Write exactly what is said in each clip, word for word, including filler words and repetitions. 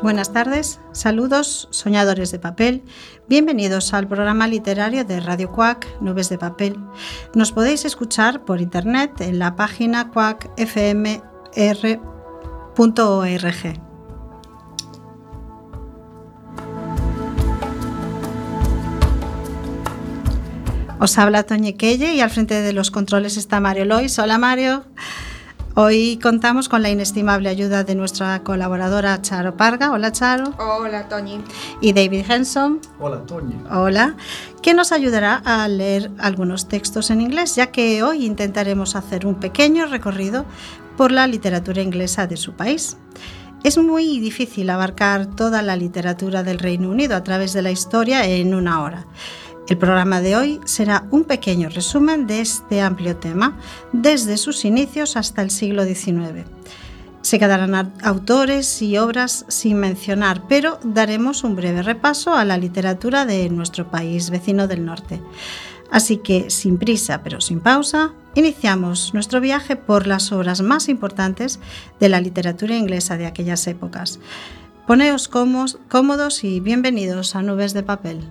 Buenas tardes, saludos soñadores de papel, bienvenidos al programa literario de Radio Quack, Nubes de Papel. Nos podéis escuchar por internet en la página quack f m r punto org. Os habla Toñi Quelle y al frente de los controles está Mario Lois. Hola Mario. Hoy contamos con la inestimable ayuda de nuestra colaboradora Charo Parga. Hola Charo. Hola Toñi. Y David Henson. Hola Toñi. Hola. Que nos ayudará a leer algunos textos en inglés, ya que hoy intentaremos hacer un pequeño recorrido por la literatura inglesa de su país. Es muy difícil abarcar toda la literatura del Reino Unido a través de la historia en una hora. El programa de hoy será un pequeño resumen de este amplio tema, desde sus inicios hasta el siglo diecinueve. Se quedarán autores y obras sin mencionar, pero daremos un breve repaso a la literatura de nuestro país vecino del norte. Así que, sin prisa pero sin pausa, iniciamos nuestro viaje por las obras más importantes de la literatura inglesa de aquellas épocas. Poneos cómodos y bienvenidos a Nubes de Papel.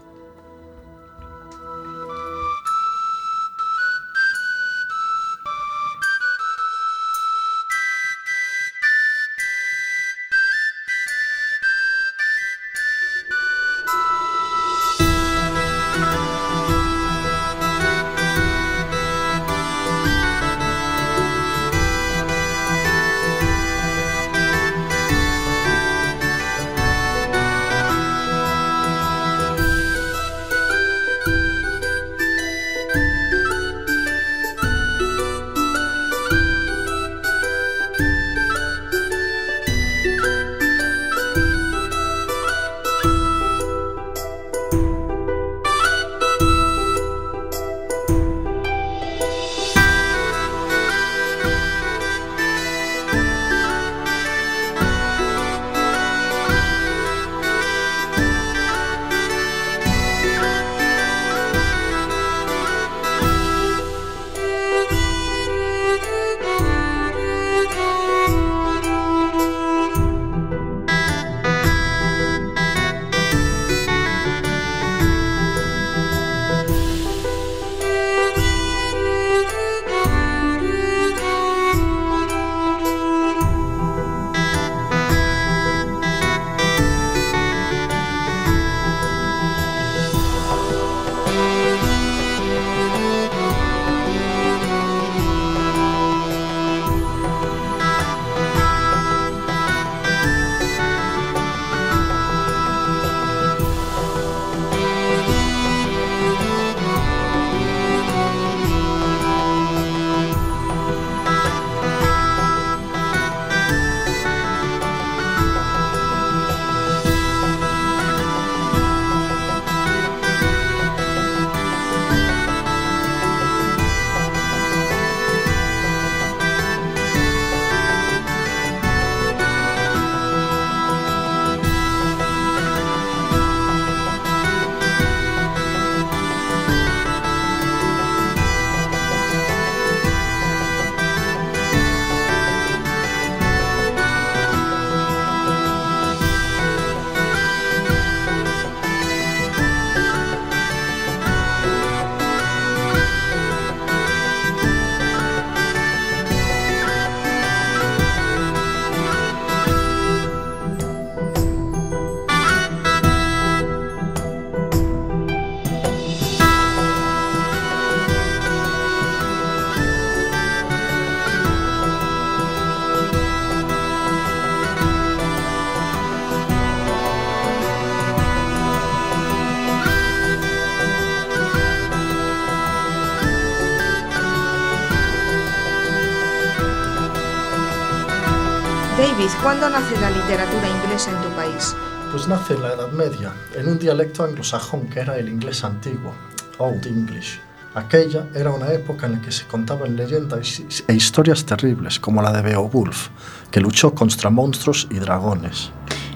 David, ¿cuándo nace la literatura inglesa en tu país? Pues nace en la Edad Media, en un dialecto anglosajón que era el inglés antiguo, Old English. Aquella era una época en la que se contaban leyendas e historias terribles, como la de Beowulf, que luchó contra monstruos y dragones.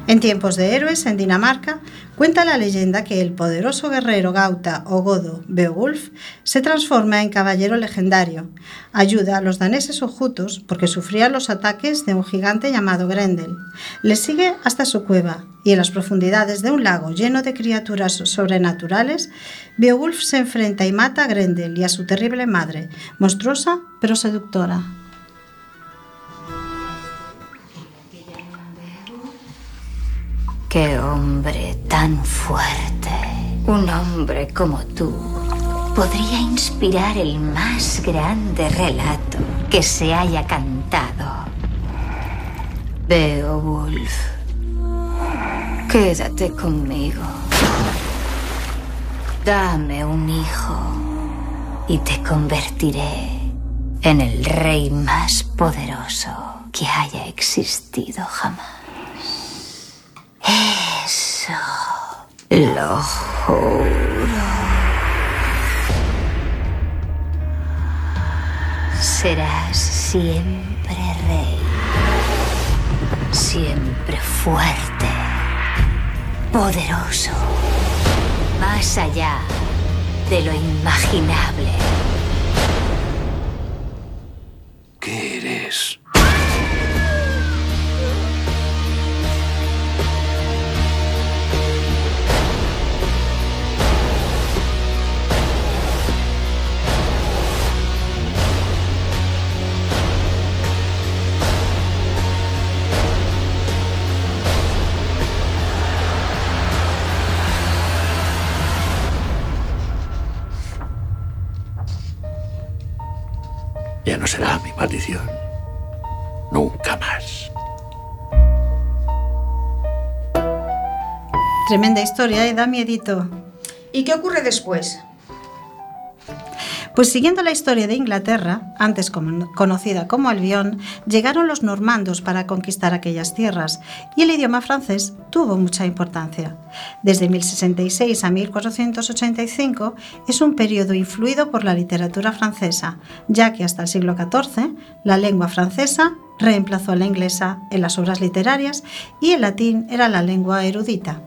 En tiempos de héroes, en Dinamarca, cuenta la leyenda que el poderoso guerrero gauta o godo Beowulf se transforma en caballero legendario. Ayuda a los daneses o jutos porque sufría los ataques de un gigante llamado Grendel. Les sigue hasta su cueva y en las profundidades de un lago lleno de criaturas sobrenaturales, Beowulf se enfrenta y mata a Grendel y a su terrible madre, monstruosa pero seductora. ¡Qué hombre tan fuerte! Un hombre como tú podría inspirar el más grande relato que se haya cantado. Beowulf, quédate conmigo. Dame un hijo y te convertiré en el rey más poderoso que haya existido jamás. Eso lo juro. Serás siempre rey, siempre fuerte, poderoso, más allá de lo imaginable. ¿Qué eres? Ya no será mi maldición. Nunca más. Tremenda historia, ¿eh? Da miedito. ¿Y qué ocurre después? Pues siguiendo la historia de Inglaterra, antes como, conocida como Albión, llegaron los normandos para conquistar aquellas tierras y el idioma francés tuvo mucha importancia. Desde mil sesenta y seis a mil cuatrocientos ochenta y cinco es un periodo influido por la literatura francesa, ya que hasta el siglo catorce la lengua francesa reemplazó a la inglesa en las obras literarias y el latín era la lengua erudita.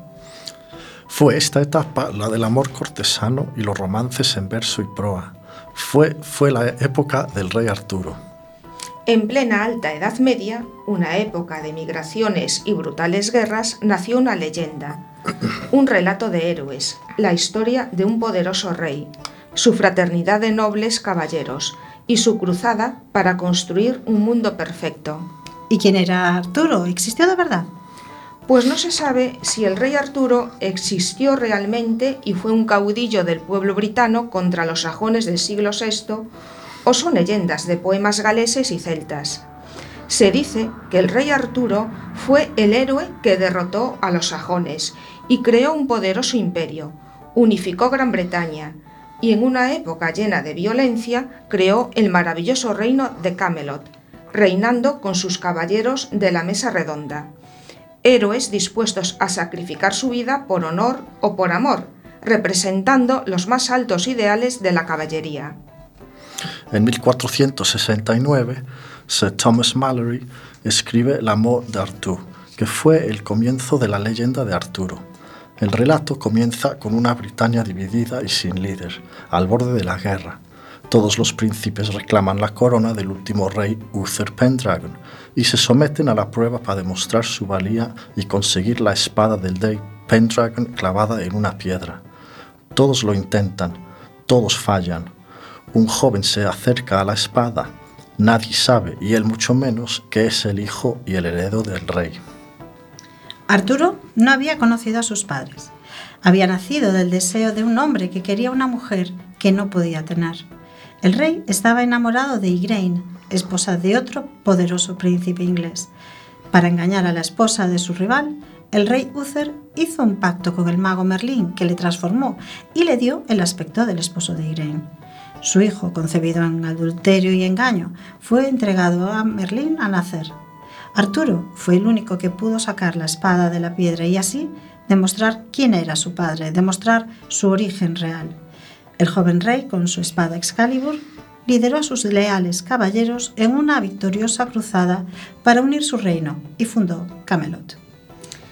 Fue esta etapa la del amor cortesano y los romances en verso y proa. Fue, fue la época del rey Arturo. En plena Alta Edad Media, una época de migraciones y brutales guerras, nació una leyenda, un relato de héroes, la historia de un poderoso rey, su fraternidad de nobles caballeros y su cruzada para construir un mundo perfecto. ¿Y quién era Arturo? ¿Existió de verdad? Pues no se sabe si el rey Arturo existió realmente y fue un caudillo del pueblo britano contra los sajones del siglo sexto, o son leyendas de poemas galeses y celtas. Se dice que el rey Arturo fue el héroe que derrotó a los sajones y creó un poderoso imperio, unificó Gran Bretaña y en una época llena de violencia creó el maravilloso reino de Camelot, reinando con sus caballeros de la mesa redonda. Héroes dispuestos a sacrificar su vida por honor o por amor, representando los más altos ideales de la caballería. En mil cuatrocientos sesenta y nueve, Sir Thomas Malory escribe La Mort d'Arthur, que fue el comienzo de la leyenda de Arturo. El relato comienza con una Britania dividida y sin líder, al borde de la guerra. Todos los príncipes reclaman la corona del último rey Uther Pendragon y se someten a la prueba para demostrar su valía y conseguir la espada del rey Pendragon clavada en una piedra. Todos lo intentan, todos fallan. Un joven se acerca a la espada. Nadie sabe, y él mucho menos, que es el hijo y el heredero del rey. Arturo no había conocido a sus padres. Había nacido del deseo de un hombre que quería una mujer que no podía tener. El rey estaba enamorado de Igraine, esposa de otro poderoso príncipe inglés. Para engañar a la esposa de su rival, el rey Uther hizo un pacto con el mago Merlín, que le transformó y le dio el aspecto del esposo de Igraine. Su hijo, concebido en adulterio y engaño, fue entregado a Merlín al nacer. Arturo fue el único que pudo sacar la espada de la piedra y así demostrar quién era su padre, demostrar su origen real. El joven rey, con su espada Excalibur, lideró a sus leales caballeros en una victoriosa cruzada para unir su reino y fundó Camelot.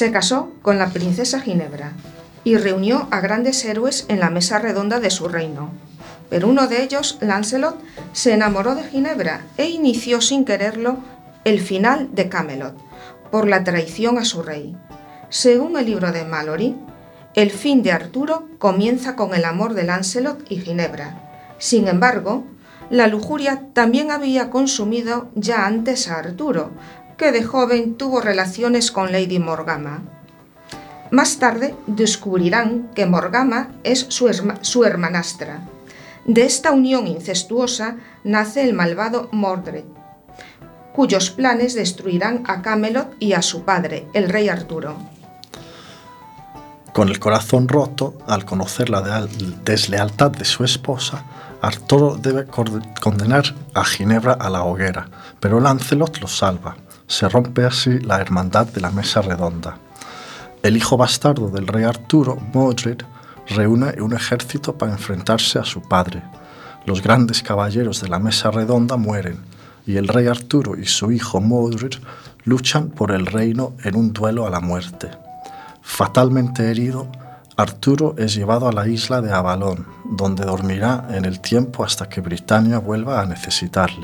Se casó con la princesa Ginebra y reunió a grandes héroes en la mesa redonda de su reino. Pero uno de ellos, Lancelot, se enamoró de Ginebra e inició sin quererlo el final de Camelot, por la traición a su rey. Según el libro de Malory, el fin de Arturo comienza con el amor de Lancelot y Ginebra. Sin embargo, la lujuria también había consumido ya antes a Arturo, que de joven tuvo relaciones con Lady Morgana. Más tarde descubrirán que Morgana es su, su hermanastra. De esta unión incestuosa nace el malvado Mordred, cuyos planes destruirán a Camelot y a su padre, el rey Arturo. Con el corazón roto, al conocer la deslealtad de su esposa, Arturo debe condenar a Ginebra a la hoguera, pero Lancelot lo salva. Se rompe así la hermandad de la mesa redonda. El hijo bastardo del rey Arturo, Modred, reúne un ejército para enfrentarse a su padre. Los grandes caballeros de la mesa redonda mueren, y el rey Arturo y su hijo Modred luchan por el reino en un duelo a la muerte. Fatalmente herido, Arturo es llevado a la isla de Avalon, donde dormirá en el tiempo hasta que Britania vuelva a necesitarle.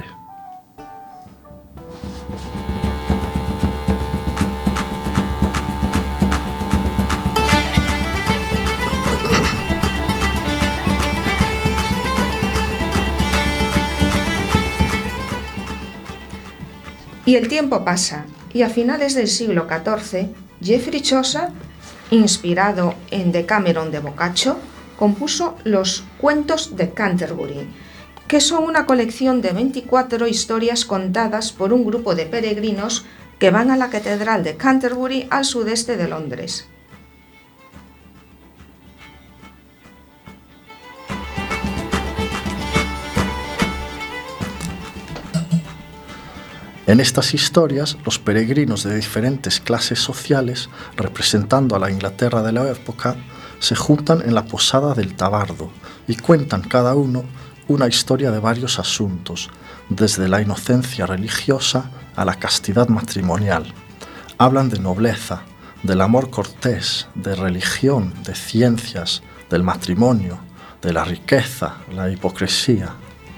Y el tiempo pasa, y a finales del siglo catorce, Geoffrey Chaucer, inspirado en Decameron de Boccaccio, compuso los Cuentos de Canterbury, que son una colección de veinticuatro historias contadas por un grupo de peregrinos que van a la Catedral de Canterbury al sudeste de Londres. En estas historias, los peregrinos de diferentes clases sociales, representando a la Inglaterra de la época, se juntan en la posada del Tabardo y cuentan cada uno una historia de varios asuntos, desde la inocencia religiosa a la castidad matrimonial. Hablan de nobleza, del amor cortés, de religión, de ciencias, del matrimonio, de la riqueza, la hipocresía.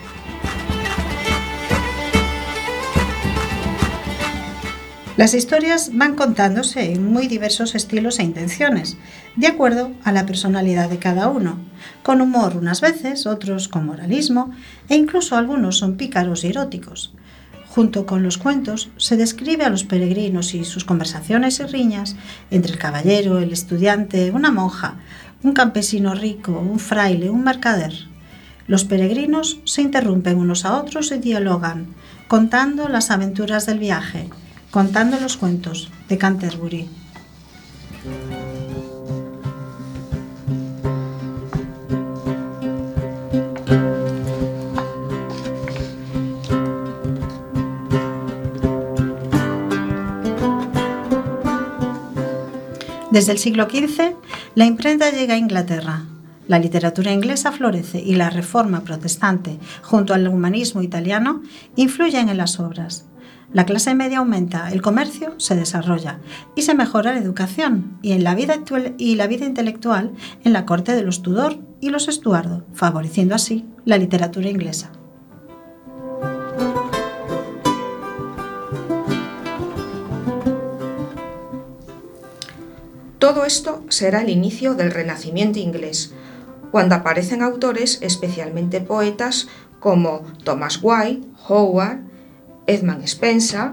Las historias van contándose en muy diversos estilos e intenciones, de acuerdo a la personalidad de cada uno, con humor unas veces, otros con moralismo, e incluso algunos son pícaros y eróticos. Junto con los cuentos se describe a los peregrinos y sus conversaciones y riñas entre el caballero, el estudiante, una monja, un campesino rico, un fraile, un mercader. Los peregrinos se interrumpen unos a otros y dialogan, contando las aventuras del viaje, contando los cuentos de Canterbury. Desde el siglo quince, la imprenta llega a Inglaterra. La literatura inglesa florece y la reforma protestante, junto al humanismo italiano, influyen en las obras. La clase media aumenta, el comercio se desarrolla y se mejora la educación y, en la vida actual, y la vida intelectual en la corte de los Tudor y los Estuardo, favoreciendo así la literatura inglesa. Todo esto será el inicio del Renacimiento inglés, cuando aparecen autores, especialmente poetas, como Thomas White, Howard, Edmund Spenser,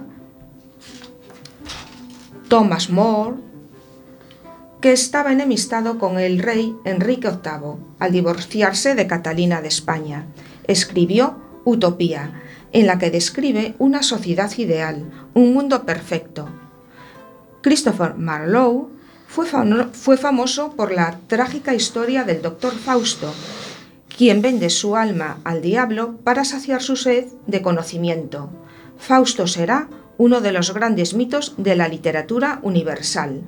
Thomas More, que estaba enemistado con el rey Enrique octavo al divorciarse de Catalina de España. Escribió Utopía, en la que describe una sociedad ideal, un mundo perfecto. Christopher Marlowe fue, fam- fue famoso por la trágica historia del doctor Fausto, quien vende su alma al diablo para saciar su sed de conocimiento. Fausto será uno de los grandes mitos de la literatura universal.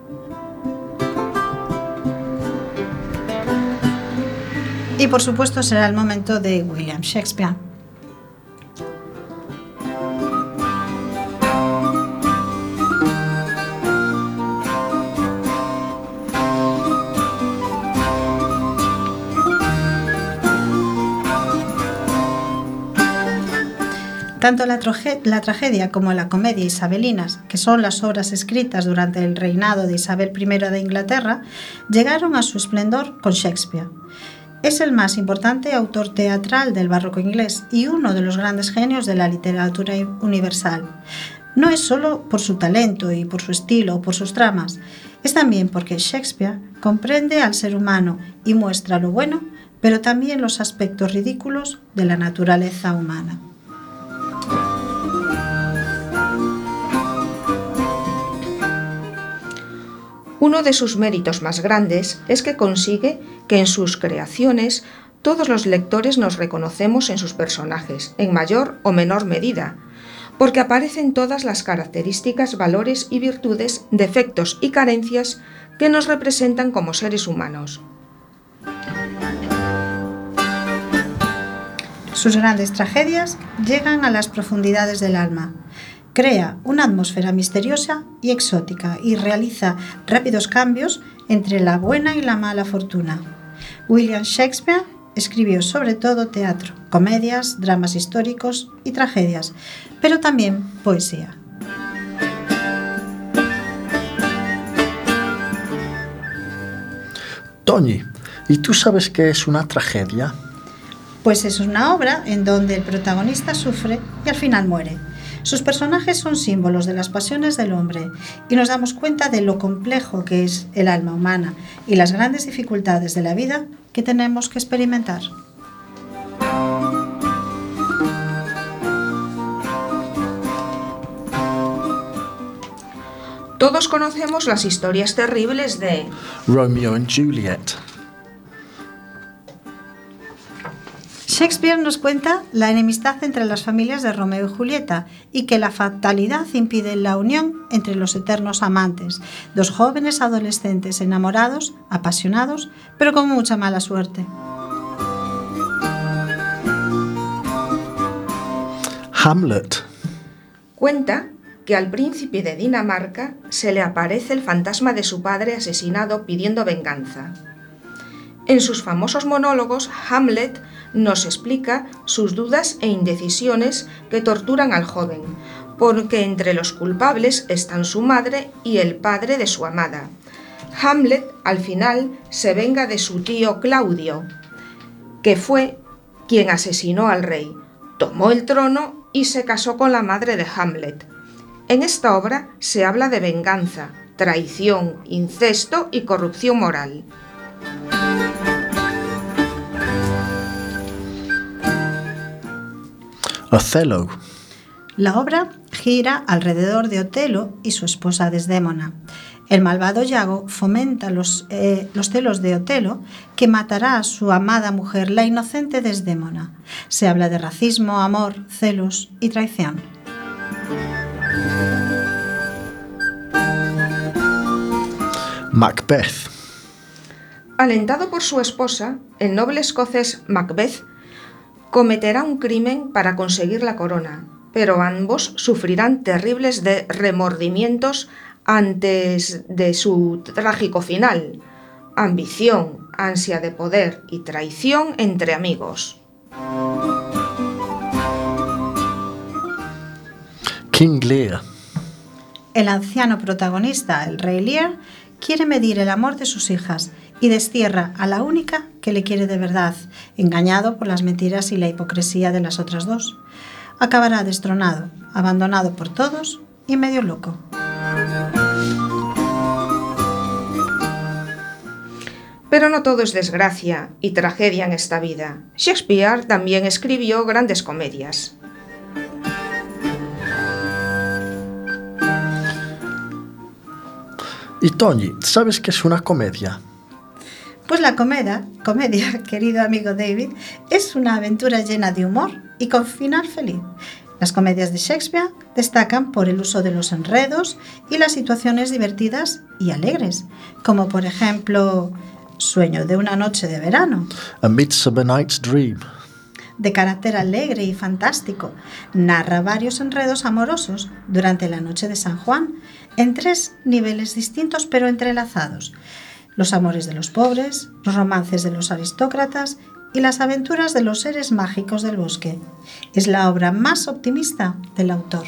Y por supuesto será el momento de William Shakespeare. Tanto la, troje- la tragedia como la comedia isabelinas, que son las obras escritas durante el reinado de Isabel primera de Inglaterra, llegaron a su esplendor con Shakespeare. Es el más importante autor teatral del barroco inglés y uno de los grandes genios de la literatura universal. No es solo por su talento y por su estilo o por sus tramas, es también porque Shakespeare comprende al ser humano y muestra lo bueno, pero también los aspectos ridículos de la naturaleza humana. Uno de sus méritos más grandes es que consigue que en sus creaciones todos los lectores nos reconocemos en sus personajes, en mayor o menor medida, porque aparecen todas las características, valores y virtudes, defectos y carencias que nos representan como seres humanos. Sus grandes tragedias llegan a las profundidades del alma. Crea una atmósfera misteriosa y exótica y realiza rápidos cambios entre la buena y la mala fortuna. William Shakespeare escribió sobre todo teatro, comedias, dramas históricos y tragedias, pero también poesía. Toñi, ¿y tú sabes qué es una tragedia? Pues es una obra en donde el protagonista sufre y al final muere. Sus personajes son símbolos de las pasiones del hombre y nos damos cuenta de lo complejo que es el alma humana y las grandes dificultades de la vida que tenemos que experimentar. Todos conocemos las historias terribles de Romeo and Juliet. Shakespeare nos cuenta la enemistad entre las familias de Romeo y Julieta y que la fatalidad impide la unión entre los eternos amantes, dos jóvenes adolescentes enamorados, apasionados, pero con mucha mala suerte. Hamlet. Cuenta que al príncipe de Dinamarca se le aparece el fantasma de su padre asesinado pidiendo venganza. En sus famosos monólogos, Hamlet nos explica sus dudas e indecisiones que torturan al joven, porque entre los culpables están su madre y el padre de su amada. Hamlet, al final, se venga de su tío Claudio, que fue quien asesinó al rey, tomó el trono y se casó con la madre de Hamlet. En esta obra se habla de venganza, traición, incesto y corrupción moral. Othello. La obra gira alrededor de Otelo y su esposa Desdémona. El malvado Iago fomenta los, eh, los celos de Otelo, que matará a su amada mujer, la inocente Desdémona. Se habla de racismo, amor, celos y traición. Macbeth. Alentado por su esposa, el noble escocés Macbeth cometerá un crimen para conseguir la corona, pero ambos sufrirán terribles de remordimientos antes de su trágico final. Ambición, ansia de poder y traición entre amigos. King Lear. El anciano protagonista, el rey Lear, quiere medir el amor de sus hijas y destierra a la única que le quiere de verdad, engañado por las mentiras y la hipocresía de las otras dos. Acabará destronado, abandonado por todos y medio loco. Pero no todo es desgracia y tragedia en esta vida. Shakespeare también escribió grandes comedias. Y Toñi, ¿sabes qué es una comedia? Pues la comedia, comedia, querido amigo David, es una aventura llena de humor y con final feliz. Las comedias de Shakespeare destacan por el uso de los enredos y las situaciones divertidas y alegres, como por ejemplo Sueño de una noche de verano. A Midsummer Night's Dream. De carácter alegre y fantástico, narra varios enredos amorosos durante la noche de San Juan, en tres niveles distintos pero entrelazados: los amores de los pobres, los romances de los aristócratas y las aventuras de los seres mágicos del bosque. Es la obra más optimista del autor.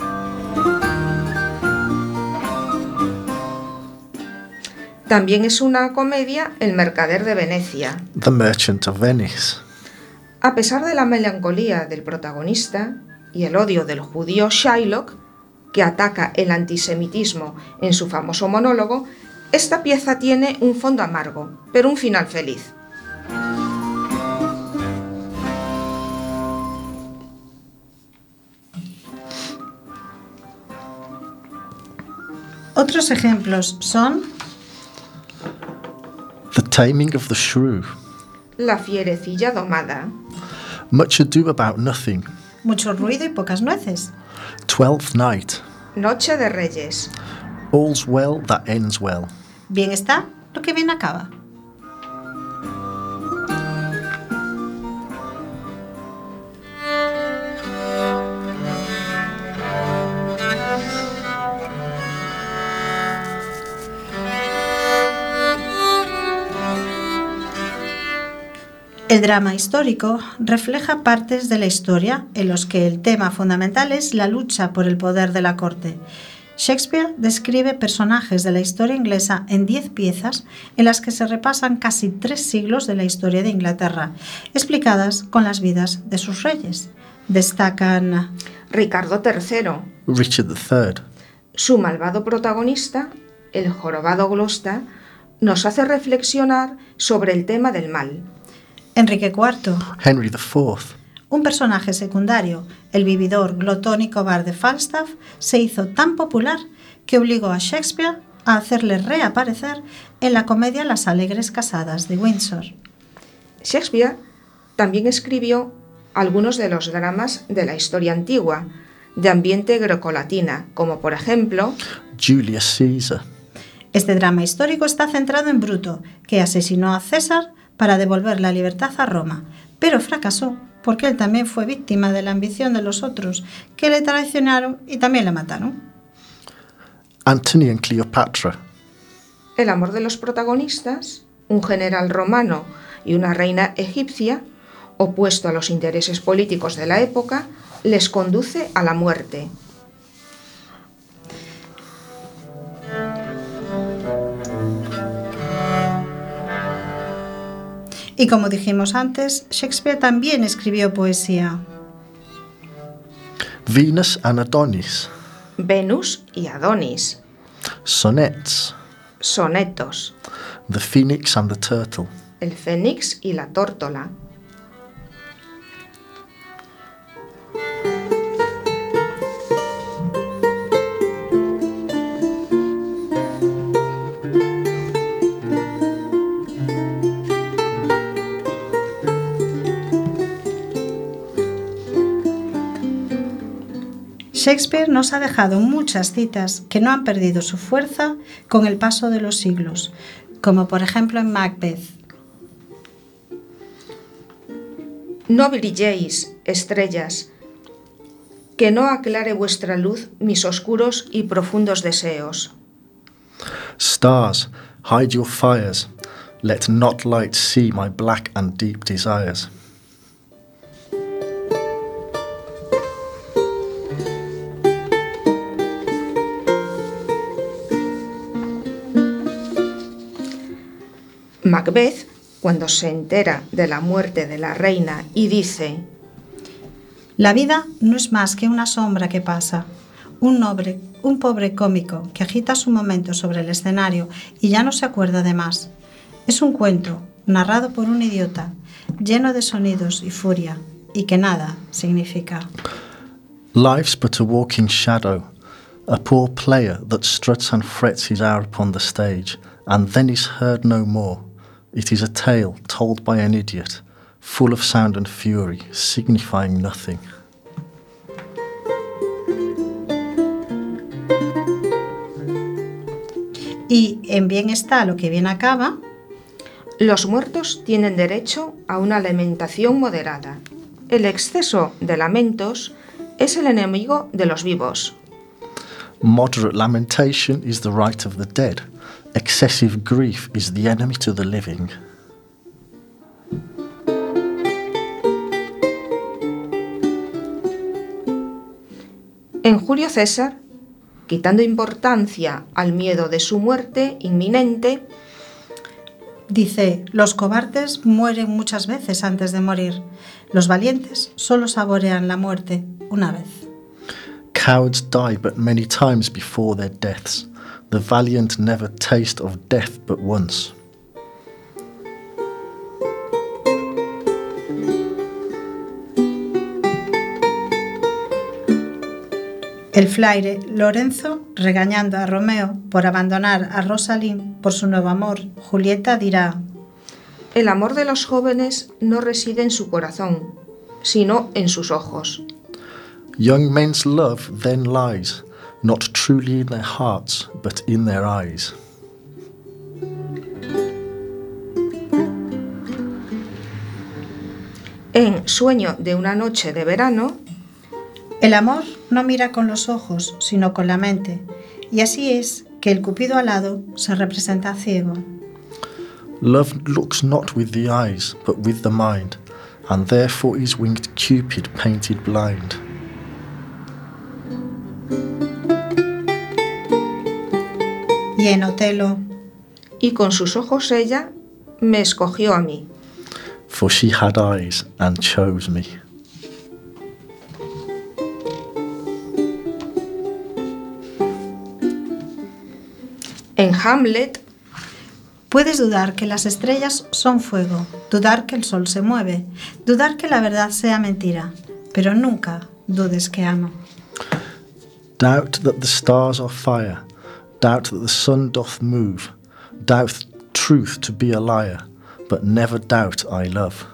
También es una comedia El mercader de Venecia. The Merchant of Venice. A pesar de la melancolía del protagonista y el odio del judío Shylock, que ataca el antisemitismo en su famoso monólogo, esta pieza tiene un fondo amargo, pero un final feliz. Otros ejemplos son The Taming of the Shrew. La fierecilla domada. Much Ado About Nothing. Mucho ruido y pocas nueces. Twelfth Night. Noche de Reyes. All's Well That Ends Well. Bien está lo que bien acaba. El drama histórico refleja partes de la historia en los que el tema fundamental es la lucha por el poder de la corte. Shakespeare describe personajes de la historia inglesa en diez piezas en las que se repasan casi tres siglos de la historia de Inglaterra, explicadas con las vidas de sus reyes. Destacan Ricardo tercero. Richard the Third. Su malvado protagonista, el jorobado Gloucester, nos hace reflexionar sobre el tema del mal. Enrique cuarto. Henry the Fourth. Un personaje secundario, el vividor, glotón y cobarde Falstaff, se hizo tan popular que obligó a Shakespeare a hacerle reaparecer en la comedia Las alegres casadas de Windsor. Shakespeare también escribió algunos de los dramas de la historia antigua, de ambiente grecolatina, como por ejemplo Julius Caesar. Este drama histórico está centrado en Bruto, que asesinó a César para devolver la libertad a Roma, pero fracasó porque él también fue víctima de la ambición de los otros, que le traicionaron y también le mataron. Antony and Cleopatra. El amor de los protagonistas, un general romano y una reina egipcia, opuesto a los intereses políticos de la época, les conduce a la muerte. Y como dijimos antes, Shakespeare también escribió poesía. Venus and Adonis. Venus y Adonis. Sonnets. Sonetos. The Phoenix and the Turtle. El fénix y la tórtola. Shakespeare nos ha dejado muchas citas que no han perdido su fuerza con el paso de los siglos, como por ejemplo en Macbeth. No brilléis, estrellas, que no aclare vuestra luz mis oscuros y profundos deseos. Stars, hide your fires. Let not light see my black and deep desires. Macbeth, cuando se entera de la muerte de la reina y dice: La vida no es más que una sombra que pasa, un, noble, un pobre cómico que agita su momento sobre el escenario y ya no se acuerda de más. Es un cuento narrado por un idiota, lleno de sonidos y furia, y que nada significa. Life's but a walking shadow, a poor player that struts and frets his hour upon the stage, and then is heard no more. It is a tale told by an idiot, full of sound and fury, signifying nothing. Y en Bien está lo que bien acaba. Los muertos tienen derecho a una lamentación moderada. El exceso de lamentos es el enemigo de los vivos. Moderate lamentation is the right of the dead. Excessive grief is the enemy to the living. En Julio César, quitando importancia al miedo de su muerte inminente, dice: los cobardes mueren muchas veces antes de morir. Los valientes solo saborean la muerte una vez. Cowards die but many times before their deaths. The valiant never taste of death but once. El fraile Lorenzo, regañando a Romeo por abandonar a Rosalind por su nuevo amor, Julieta dirá: el amor de los jóvenes no reside en su corazón, sino en sus ojos. Young men's love then lies, not truly in their hearts, but in their eyes. En Sueño de una noche de verano, el amor no mira con los ojos, sino con la mente, y así es que el Cupido alado se representa ciego. Love looks not with the eyes, but with the mind, and therefore is winged Cupid painted blind. Y en Otelo, y con sus ojos ella me escogió a mí. For she had eyes and chose me. En Hamlet, puedes dudar que las estrellas son fuego, dudar que el sol se mueve, dudar que la verdad sea mentira, pero nunca dudes que amo. Doubt that the stars are fire, doubt that the sun doth move, doubt truth to be a liar, but never doubt I love.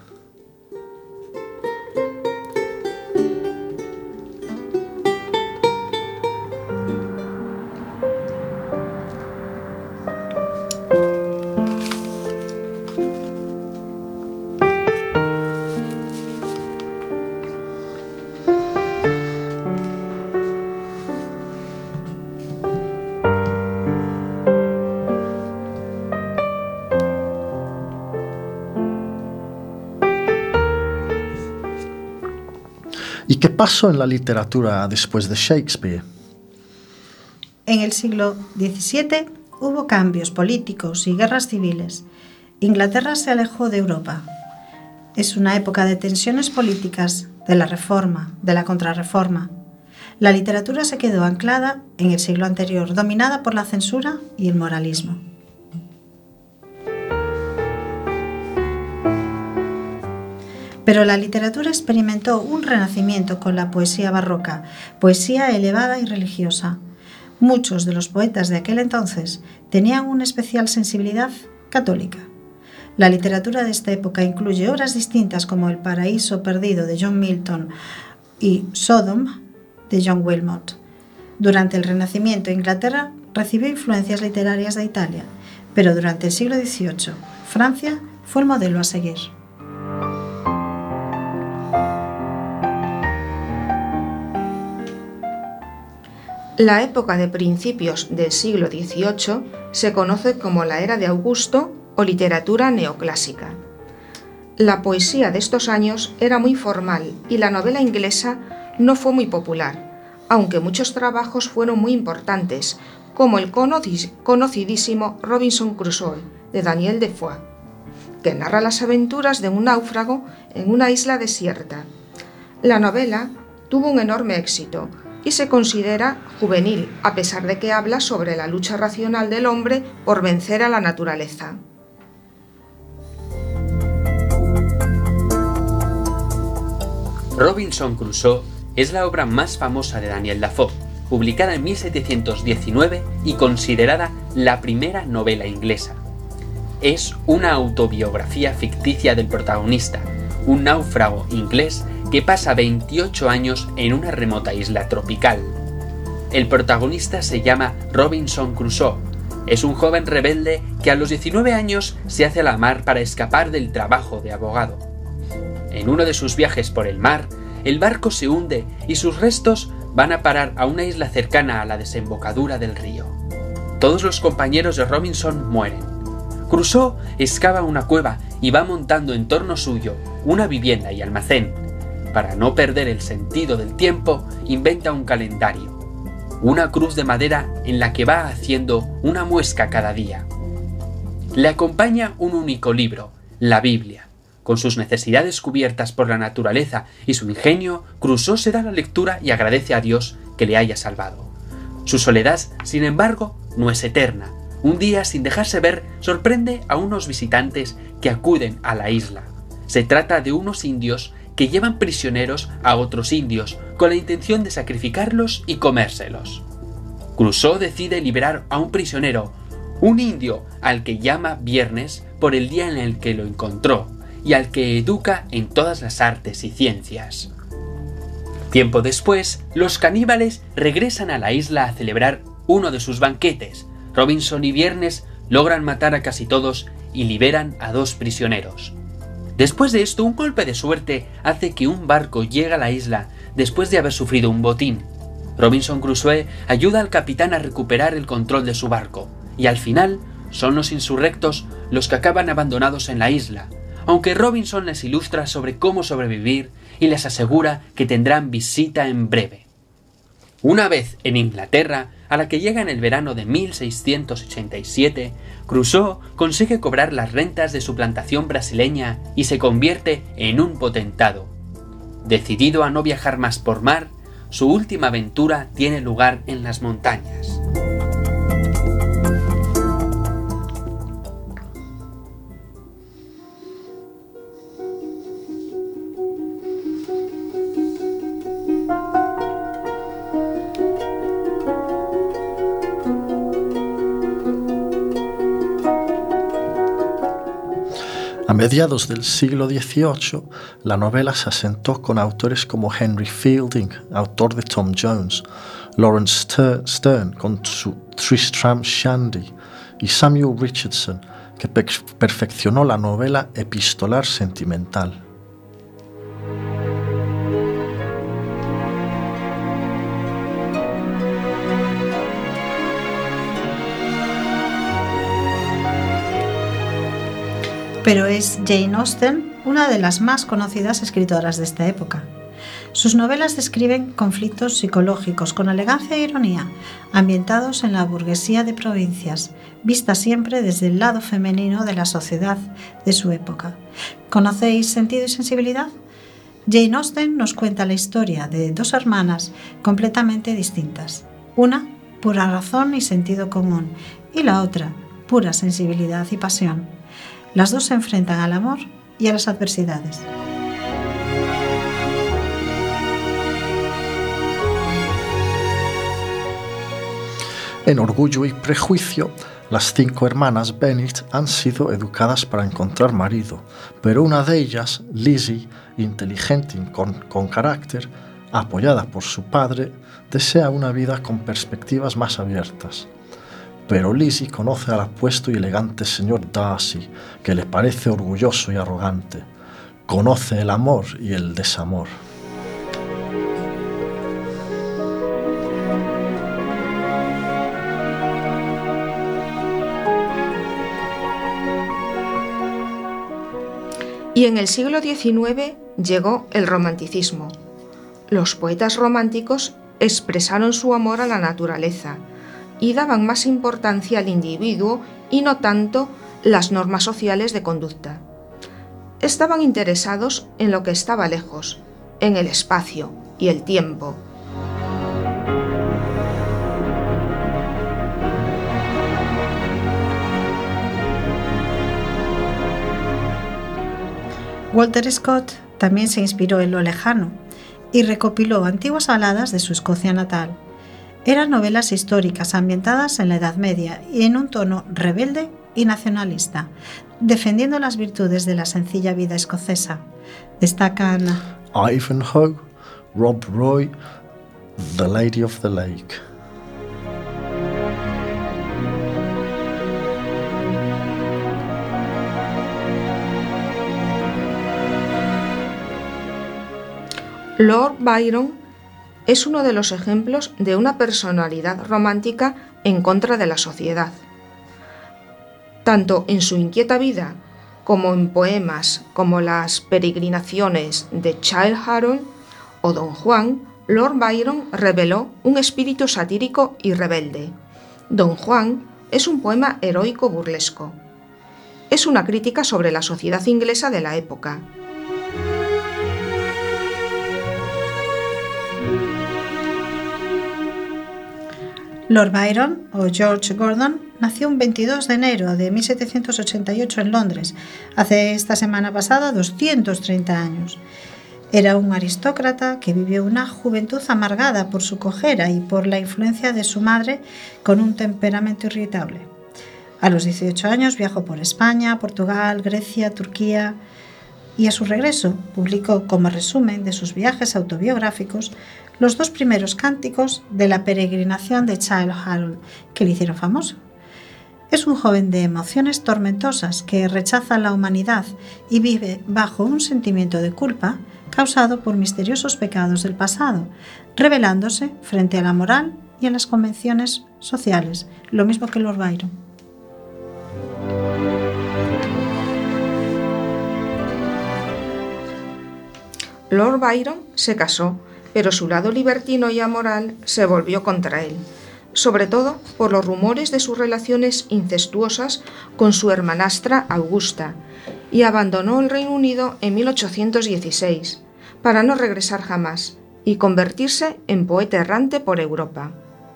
¿Y qué pasó en la literatura después de Shakespeare? En el siglo diecisiete hubo cambios políticos y guerras civiles. Inglaterra se alejó de Europa. Es una época de tensiones políticas, de la reforma, de la contrarreforma. La literatura se quedó anclada en el siglo anterior, dominada por la censura y el moralismo. Pero la literatura experimentó un renacimiento con la poesía barroca, poesía elevada y religiosa. Muchos de los poetas de aquel entonces tenían una especial sensibilidad católica. La literatura de esta época incluye obras distintas como El paraíso perdido de John Milton y Sodom de John Wilmot. Durante el Renacimiento, Inglaterra recibió influencias literarias de Italia, pero durante el siglo dieciocho, Francia fue el modelo a seguir. La época de principios del siglo dieciocho se conoce como la era de Augusto o literatura neoclásica. La poesía de estos años era muy formal y la novela inglesa no fue muy popular, aunque muchos trabajos fueron muy importantes, como el conocidísimo Robinson Crusoe de Daniel Defoe, que narra las aventuras de un náufrago en una isla desierta. La novela tuvo un enorme éxito y se considera juvenil, a pesar de que habla sobre la lucha racional del hombre por vencer a la naturaleza. Robinson Crusoe es la obra más famosa de Daniel Defoe, publicada en mil setecientos diecinueve y considerada la primera novela inglesa. Es una autobiografía ficticia del protagonista, un náufrago inglés que pasa veintiocho años en una remota isla tropical. El protagonista se llama Robinson Crusoe. Es un joven rebelde que a los diecinueve años se hace a la mar para escapar del trabajo de abogado. En uno de sus viajes por el mar, el barco se hunde y sus restos van a parar a una isla cercana a la desembocadura del río. Todos los compañeros de Robinson mueren. Crusoe excava una cueva y va montando en torno suyo una vivienda y almacén. para no perder el sentido del tiempo, inventa un calendario, una cruz de madera en la que va haciendo una muesca cada día. Le acompaña un único libro, la Biblia. Con sus necesidades cubiertas por la naturaleza y su ingenio, Crusoe se da la lectura y agradece a Dios que le haya salvado. Su soledad, sin embargo, no es eterna. Un día, sin dejarse ver, sorprende a unos visitantes que acuden a la isla. Se trata de unos indios que llevan prisioneros a otros indios con la intención de sacrificarlos y comérselos. Crusoe decide liberar a un prisionero, un indio al que llama Viernes por el día en el que lo encontró y al que educa en todas las artes y ciencias. Tiempo después, los caníbales regresan a la isla a celebrar uno de sus banquetes. Robinson y Viernes logran matar a casi todos y liberan a dos prisioneros. Después de esto, un golpe de suerte hace que un barco llegue a la isla después de haber sufrido un botín. Robinson Crusoe ayuda al capitán a recuperar el control de su barco, y al final son los insurrectos los que acaban abandonados en la isla, aunque Robinson les ilustra sobre cómo sobrevivir y les asegura que tendrán visita en breve. Una vez en Inglaterra, a la que llega en el verano de mil seiscientos ochenta y siete, Crusoe consigue cobrar las rentas de su plantación brasileña y se convierte en un potentado. Decidido a no viajar más por mar, su última aventura tiene lugar en las montañas. A mediados del siglo dieciocho, la novela se asentó con autores como Henry Fielding, autor de Tom Jones, Lawrence Sterne con su Tristram Shandy y Samuel Richardson, que per- perfeccionó la novela epistolar sentimental. Pero es Jane Austen una de las más conocidas escritoras de esta época. Sus novelas describen conflictos psicológicos con elegancia e ironía, ambientados en la burguesía de provincias, vista siempre desde el lado femenino de la sociedad de su época. ¿Conocéis Sentido y Sensibilidad? Jane Austen nos cuenta la historia de dos hermanas completamente distintas. Una, pura razón y sentido común, y la otra, pura sensibilidad y pasión. Las dos se enfrentan al amor y a las adversidades. En Orgullo y Prejuicio, las cinco hermanas Bennet han sido educadas para encontrar marido, pero una de ellas, Lizzie, inteligente y con, con carácter, apoyada por su padre, desea una vida con perspectivas más abiertas. Pero Lizzie conoce al apuesto y elegante señor Darcy, que le parece orgulloso y arrogante. Conoce el amor y el desamor. Y en el siglo diecinueve llegó el romanticismo. Los poetas románticos expresaron su amor a la naturaleza y daban más importancia al individuo y no tanto las normas sociales de conducta. Estaban interesados en lo que estaba lejos, en el espacio y el tiempo. Walter Scott también se inspiró en lo lejano y recopiló antiguas baladas de su Escocia natal. Eran novelas históricas ambientadas en la Edad Media y en un tono rebelde y nacionalista, defendiendo las virtudes de la sencilla vida escocesa. Destacan Ivanhoe, Rob Roy, The Lady of the Lake. Lord Byron es uno de los ejemplos de una personalidad romántica en contra de la sociedad. Tanto en su inquieta vida como en poemas como las Peregrinaciones de Childe Harold o Don Juan, Lord Byron reveló un espíritu satírico y rebelde. Don Juan es un poema heroico burlesco. Es una crítica sobre la sociedad inglesa de la época. Lord Byron, o George Gordon, nació un veintidós de enero de mil setecientos ochenta y ocho en Londres, hace esta semana pasada doscientos treinta años. Era un aristócrata que vivió una juventud amargada por su cojera y por la influencia de su madre con un temperamento irritable. A los dieciocho años viajó por España, Portugal, Grecia, Turquía y a su regreso publicó como resumen de sus viajes autobiográficos los dos primeros cánticos de la Peregrinación de Childe Harold, que le hicieron famoso. Es un joven de emociones tormentosas que rechaza la humanidad y vive bajo un sentimiento de culpa causado por misteriosos pecados del pasado, rebelándose frente a la moral y a las convenciones sociales, lo mismo que Lord Byron. Lord Byron se casó, pero su lado libertino y amoral se volvió contra él, sobre todo por los rumores de sus relaciones incestuosas con su hermanastra Augusta, y abandonó el Reino Unido en mil ochocientos dieciséis, para no regresar jamás y convertirse en poeta errante por Europa.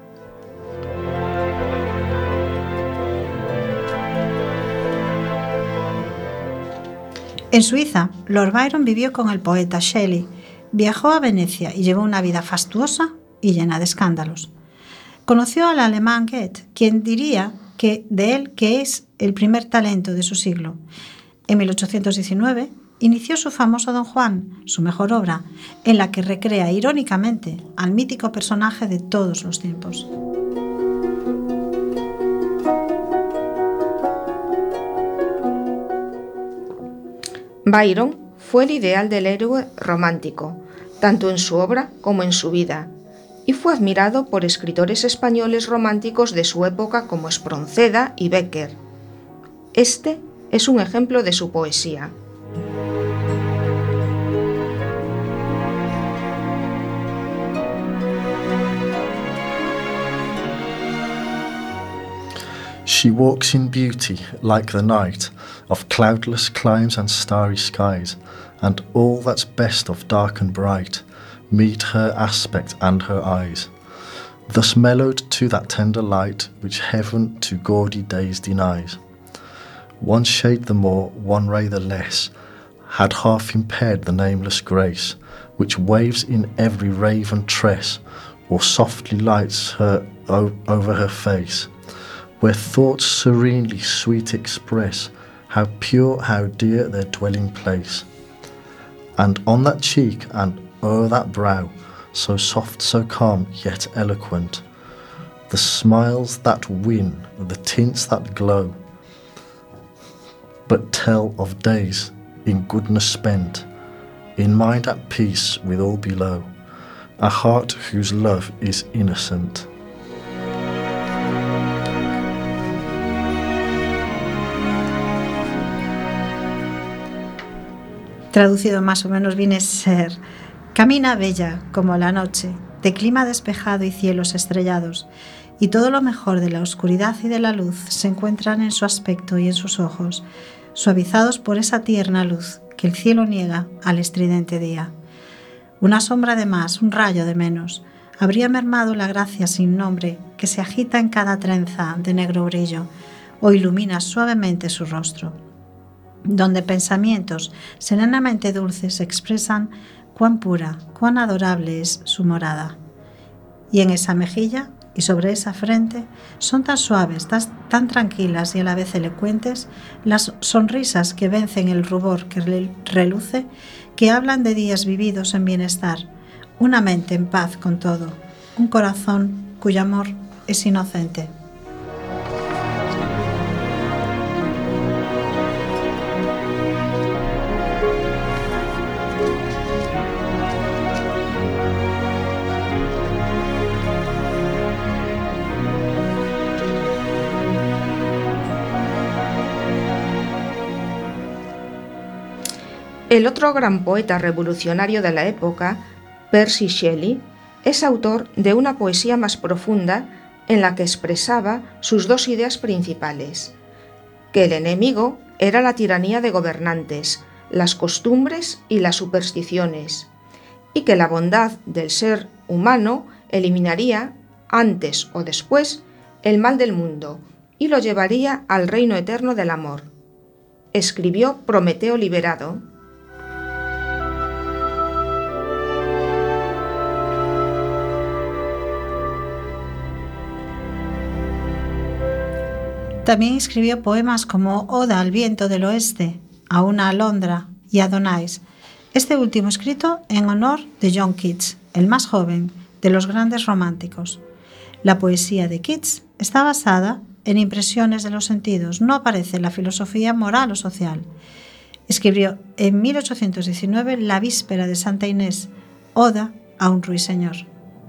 En Suiza, Lord Byron vivió con el poeta Shelley, viajó a Venecia y llevó una vida fastuosa y llena de escándalos. Conoció al alemán Goethe, quien diría que de él que es el primer talento de su siglo. En mil ochocientos diecinueve inició su famoso Don Juan, su mejor obra, en la que recrea irónicamente al mítico personaje de todos los tiempos. Byron fue el ideal del héroe romántico, tanto en su obra como en su vida, y fue admirado por escritores españoles románticos de su época como Espronceda y Bécquer. Este es un ejemplo de su poesía. She walks in beauty like the night of cloudless climes and starry skies, and all that's best of dark and bright meet her aspect and her eyes. Thus mellowed to that tender light which heaven to gaudy days denies. One shade the more, one ray the less, had half impaired the nameless grace which waves in every raven tress, or softly lights her o- over her face, where thoughts serenely sweet express how pure, how dear their dwelling place. And on that cheek and o'er that brow, so soft, so calm, yet eloquent, the smiles that win, the tints that glow, but tell of days in goodness spent, in mind at peace with all below, a heart whose love is innocent. Traducido más o menos viene a ser: camina bella como la noche, de clima despejado y cielos estrellados, y todo lo mejor de la oscuridad y de la luz se encuentran en su aspecto y en sus ojos, suavizados por esa tierna luz que el cielo niega al estridente día. Una sombra de más, un rayo de menos, habría mermado la gracia sin nombre que se agita en cada trenza de negro brillo, o ilumina suavemente su rostro, donde pensamientos serenamente dulces expresan cuán pura, cuán adorable es su morada. Y en esa mejilla y sobre esa frente son tan suaves, tan, tan tranquilas y a la vez elocuentes las sonrisas que vencen el rubor que reluce, que hablan de días vividos en bienestar, una mente en paz con todo, un corazón cuyo amor es inocente. El otro gran poeta revolucionario de la época, Percy Shelley, es autor de una poesía más profunda en la que expresaba sus dos ideas principales: que el enemigo era la tiranía de gobernantes, las costumbres y las supersticiones, y que la bondad del ser humano eliminaría, antes o después, el mal del mundo y lo llevaría al reino eterno del amor. Escribió Prometeo liberado. También escribió poemas como Oda al viento del oeste, a una alondra y Adonais, este último escrito en honor de John Keats, el más joven de los grandes románticos. La poesía de Keats está basada en impresiones de los sentidos, no aparece la filosofía moral o social. Escribió en mil ochocientos diecinueve, la víspera de Santa Inés, Oda a un ruiseñor.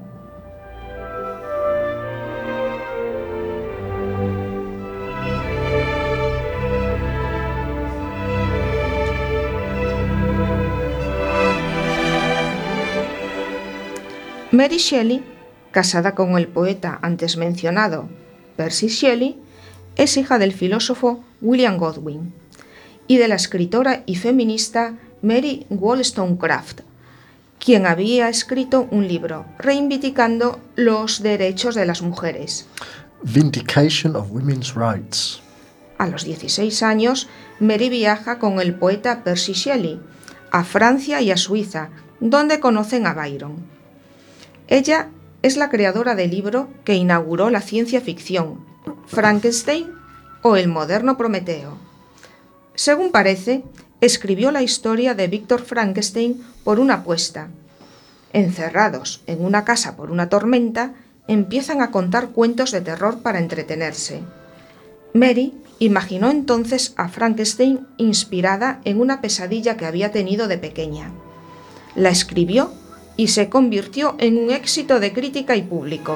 Mary Shelley, casada con el poeta antes mencionado, Percy Shelley, es hija del filósofo William Godwin y de la escritora y feminista Mary Wollstonecraft, quien había escrito un libro reivindicando los derechos de las mujeres. Vindication of Women's Rights. A los dieciséis años, Mary viaja con el poeta Percy Shelley a Francia y a Suiza, donde conocen a Byron. Ella es la creadora del libro que inauguró la ciencia ficción, Frankenstein o el moderno Prometeo. Según parece, escribió la historia de Víctor Frankenstein por una apuesta. Encerrados en una casa por una tormenta, empiezan a contar cuentos de terror para entretenerse. Mary imaginó entonces a Frankenstein inspirada en una pesadilla que había tenido de pequeña. La escribió y se convirtió en un éxito de crítica y público.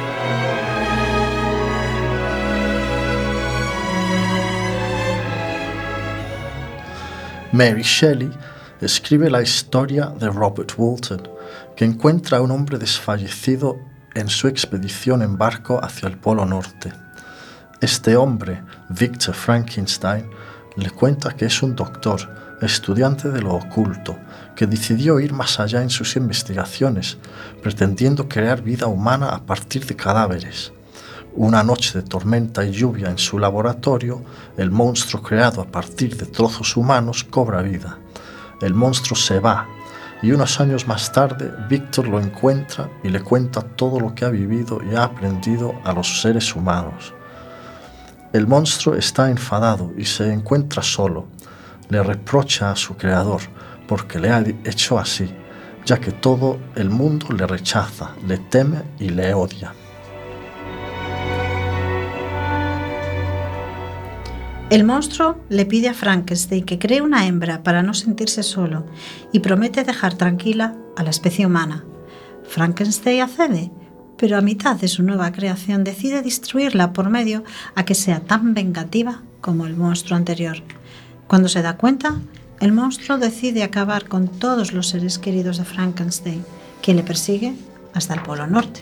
Mary Shelley escribe la historia de Robert Walton, que encuentra a un hombre desfallecido en su expedición en barco hacia el Polo Norte. Este hombre, Victor Frankenstein, le cuenta que es un doctor, estudiante de lo oculto, que decidió ir más allá en sus investigaciones, pretendiendo crear vida humana a partir de cadáveres. Una noche de tormenta y lluvia en su laboratorio, el monstruo creado a partir de trozos humanos cobra vida. El monstruo se va, y unos años más tarde, Víctor lo encuentra y le cuenta todo lo que ha vivido y ha aprendido a los seres humanos. El monstruo está enfadado y se encuentra solo. Le reprocha a su creador porque le ha hecho así, ya que todo el mundo le rechaza, le teme y le odia. El monstruo le pide a Frankenstein que cree una hembra para no sentirse solo y promete dejar tranquila a la especie humana. Frankenstein accede, pero a mitad de su nueva creación decide destruirla por medio a que sea tan vengativa como el monstruo anterior. Cuando se da cuenta, el monstruo decide acabar con todos los seres queridos de Frankenstein, quien le persigue hasta el Polo Norte.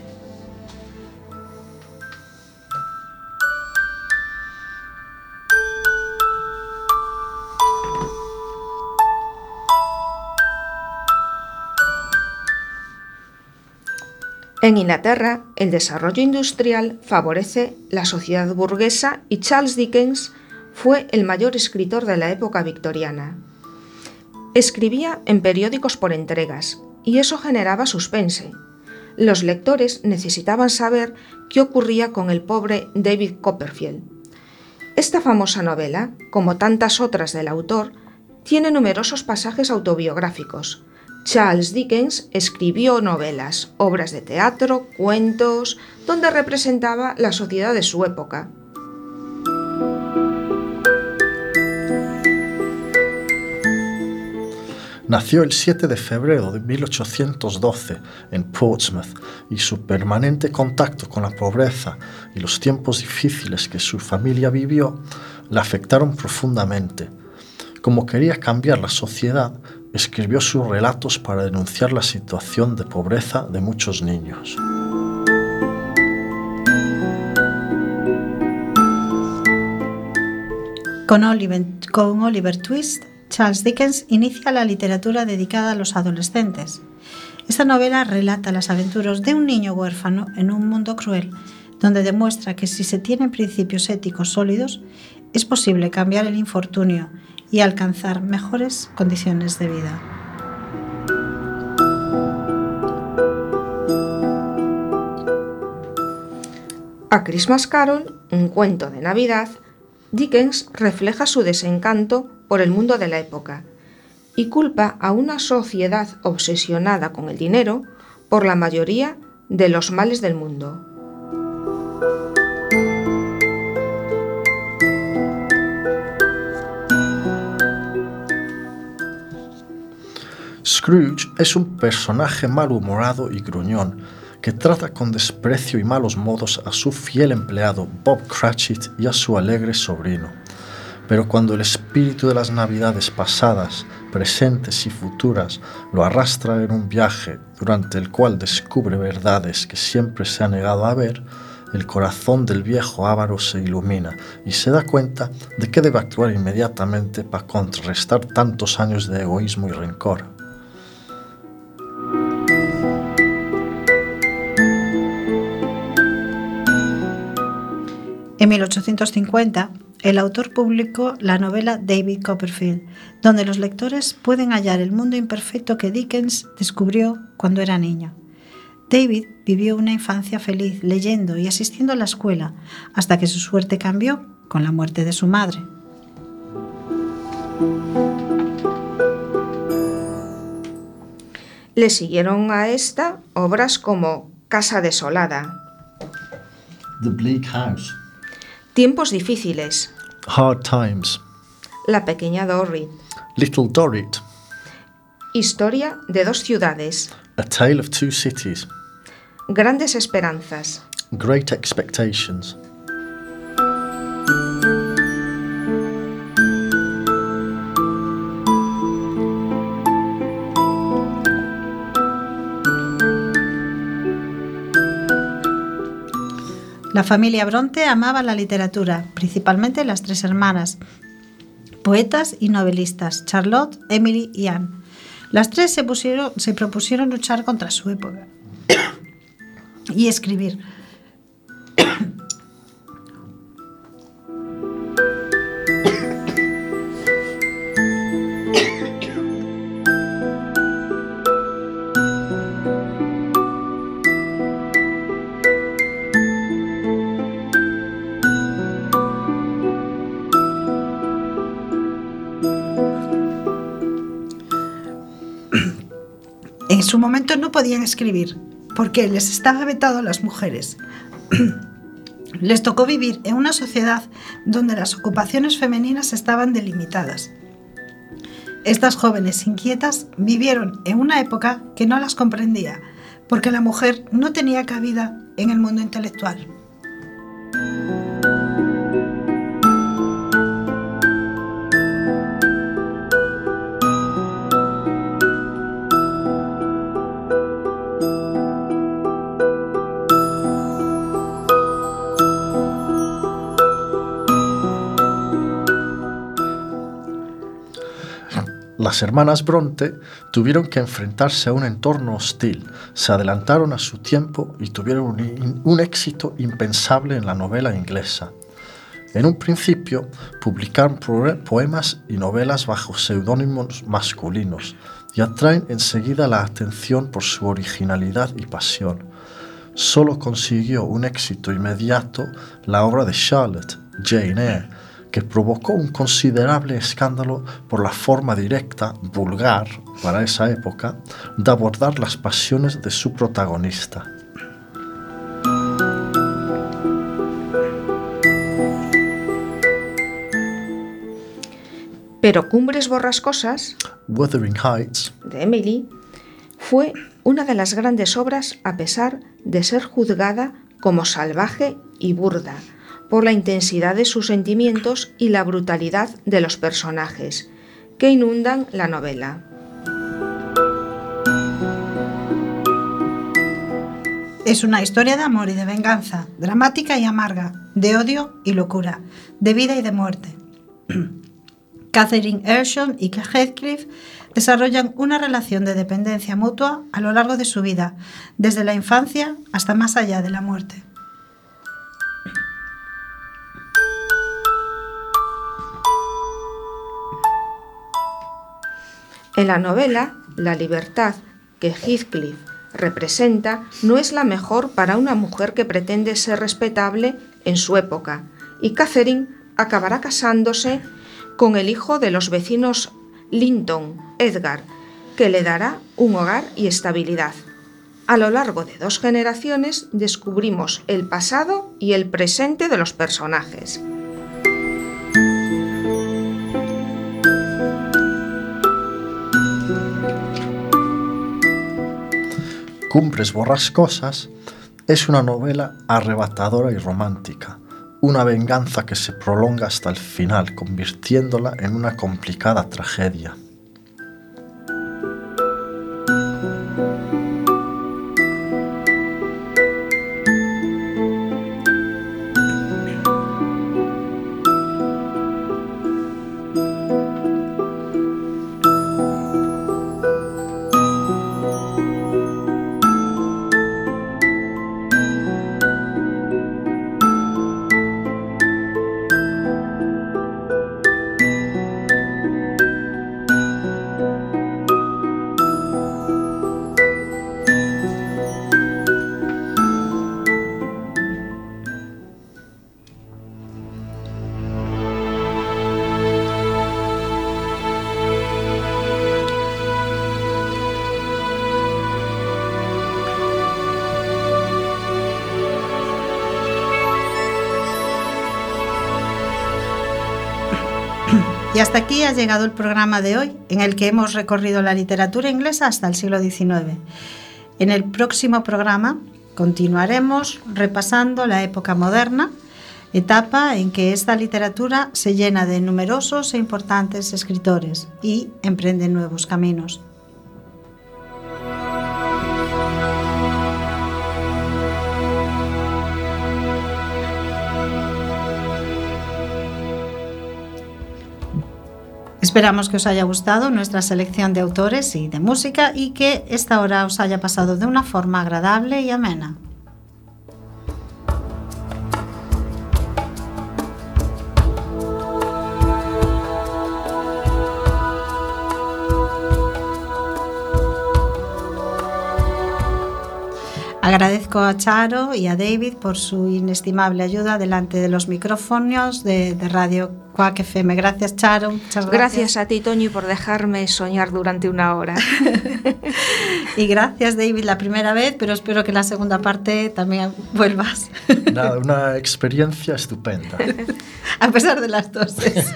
En Inglaterra, el desarrollo industrial favorece la sociedad burguesa y Charles Dickens fue el mayor escritor de la época victoriana. Escribía en periódicos por entregas y eso generaba suspense. Los lectores necesitaban saber qué ocurría con el pobre David Copperfield. Esta famosa novela, como tantas otras del autor, tiene numerosos pasajes autobiográficos. Charles Dickens escribió novelas, obras de teatro, cuentos, donde representaba la sociedad de su época. Nació el siete de febrero de mil ochocientos doce en Portsmouth y su permanente contacto con la pobreza y los tiempos difíciles que su familia vivió le afectaron profundamente. como quería cambiar la sociedad, escribió sus relatos para denunciar la situación de pobreza de muchos niños. Con Oliver, con Oliver Twist, Charles Dickens inicia la literatura dedicada a los adolescentes. Esta novela relata las aventuras de un niño huérfano en un mundo cruel, donde demuestra que si se tienen principios éticos sólidos, es posible cambiar el infortunio y alcanzar mejores condiciones de vida. A Christmas Carol, un cuento de Navidad, Dickens refleja su desencanto por el mundo de la época y culpa a una sociedad obsesionada con el dinero por la mayoría de los males del mundo. Scrooge es un personaje malhumorado y gruñón que trata con desprecio y malos modos a su fiel empleado Bob Cratchit y a su alegre sobrino. Pero cuando el espíritu de las navidades pasadas, presentes y futuras lo arrastra en un viaje durante el cual descubre verdades que siempre se ha negado a ver, el corazón del viejo avaro se ilumina y se da cuenta de que debe actuar inmediatamente para contrarrestar tantos años de egoísmo y rencor. En mil ochocientos cincuenta, el autor publicó la novela David Copperfield, donde los lectores pueden hallar el mundo imperfecto que Dickens descubrió cuando era niño. David vivió una infancia feliz leyendo y asistiendo a la escuela, hasta que su suerte cambió con la muerte de su madre. Le siguieron a esta obras como Casa desolada, The Bleak House, Tiempos difíciles, Hard Times, La pequeña Dorrit, Little Dorrit, Historia de dos ciudades, A Tale of Two Cities, Grandes esperanzas, Great Expectations. La familia Bronte amaba la literatura, principalmente las tres hermanas, poetas y novelistas, Charlotte, Emily y Anne. Las tres se, pusieron, se propusieron luchar contra su época y escribir. En su momento no podían escribir porque les estaba vetado a las mujeres. Les tocó vivir en una sociedad donde las ocupaciones femeninas estaban delimitadas. Estas jóvenes inquietas vivieron en una época que no las comprendía porque la mujer no tenía cabida en el mundo intelectual. Las hermanas Bronte tuvieron que enfrentarse a un entorno hostil, se adelantaron a su tiempo y tuvieron un, un éxito impensable en la novela inglesa. En un principio, publicaron poemas y novelas bajo seudónimos masculinos y atraen enseguida la atención por su originalidad y pasión. Solo consiguió un éxito inmediato la obra de Charlotte, Jane Eyre, que provocó un considerable escándalo por la forma directa, vulgar, para esa época, de abordar las pasiones de su protagonista. Pero Cumbres borrascosas, Wuthering Heights, de Emily, fue una de las grandes obras a pesar de ser juzgada como salvaje y burda, por la intensidad de sus sentimientos y la brutalidad de los personajes, que inundan la novela. Es una historia de amor y de venganza, dramática y amarga, de odio y locura, de vida y de muerte. Catherine Earsham y Heathcliff desarrollan una relación de dependencia mutua a lo largo de su vida, desde la infancia hasta más allá de la muerte. En la novela, la libertad que Heathcliff representa no es la mejor para una mujer que pretende ser respetable en su época, y Catherine acabará casándose con el hijo de los vecinos Linton, Edgar, que le dará un hogar y estabilidad. A lo largo de dos generaciones descubrimos el pasado y el presente de los personajes. Cumbres borrascosas es una novela arrebatadora y romántica, una venganza que se prolonga hasta el final, convirtiéndola en una complicada tragedia. Y hasta aquí ha llegado el programa de hoy, en el que hemos recorrido la literatura inglesa hasta el siglo diecinueve. En el próximo programa continuaremos repasando la época moderna, etapa en que esta literatura se llena de numerosos e importantes escritores y emprende nuevos caminos. Esperamos que os haya gustado nuestra selección de autores y de música y que esta hora os haya pasado de una forma agradable y amena. Agradezco a Charo y a David por su inestimable ayuda delante de los micrófonos de, de Radio Quack F M. Gracias, Charo. Muchas gracias. Gracias a ti, Toñi, por dejarme soñar durante una hora. Y gracias, David, la primera vez, pero espero que la segunda parte también vuelvas. Nada, una experiencia estupenda. A pesar de las toses.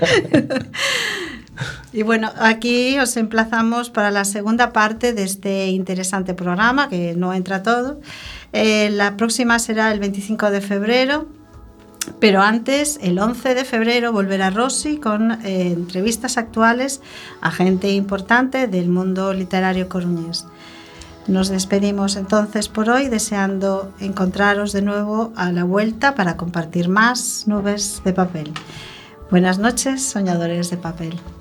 Y bueno, aquí os emplazamos para la segunda parte de este interesante programa, que no entra todo. Eh, la próxima será el veinticinco de febrero, pero antes, el once de febrero, volverá Rosy con eh, entrevistas actuales a gente importante del mundo literario coruñés. Nos despedimos entonces por hoy, deseando encontraros de nuevo a la vuelta para compartir más nubes de papel. Buenas noches, soñadores de papel.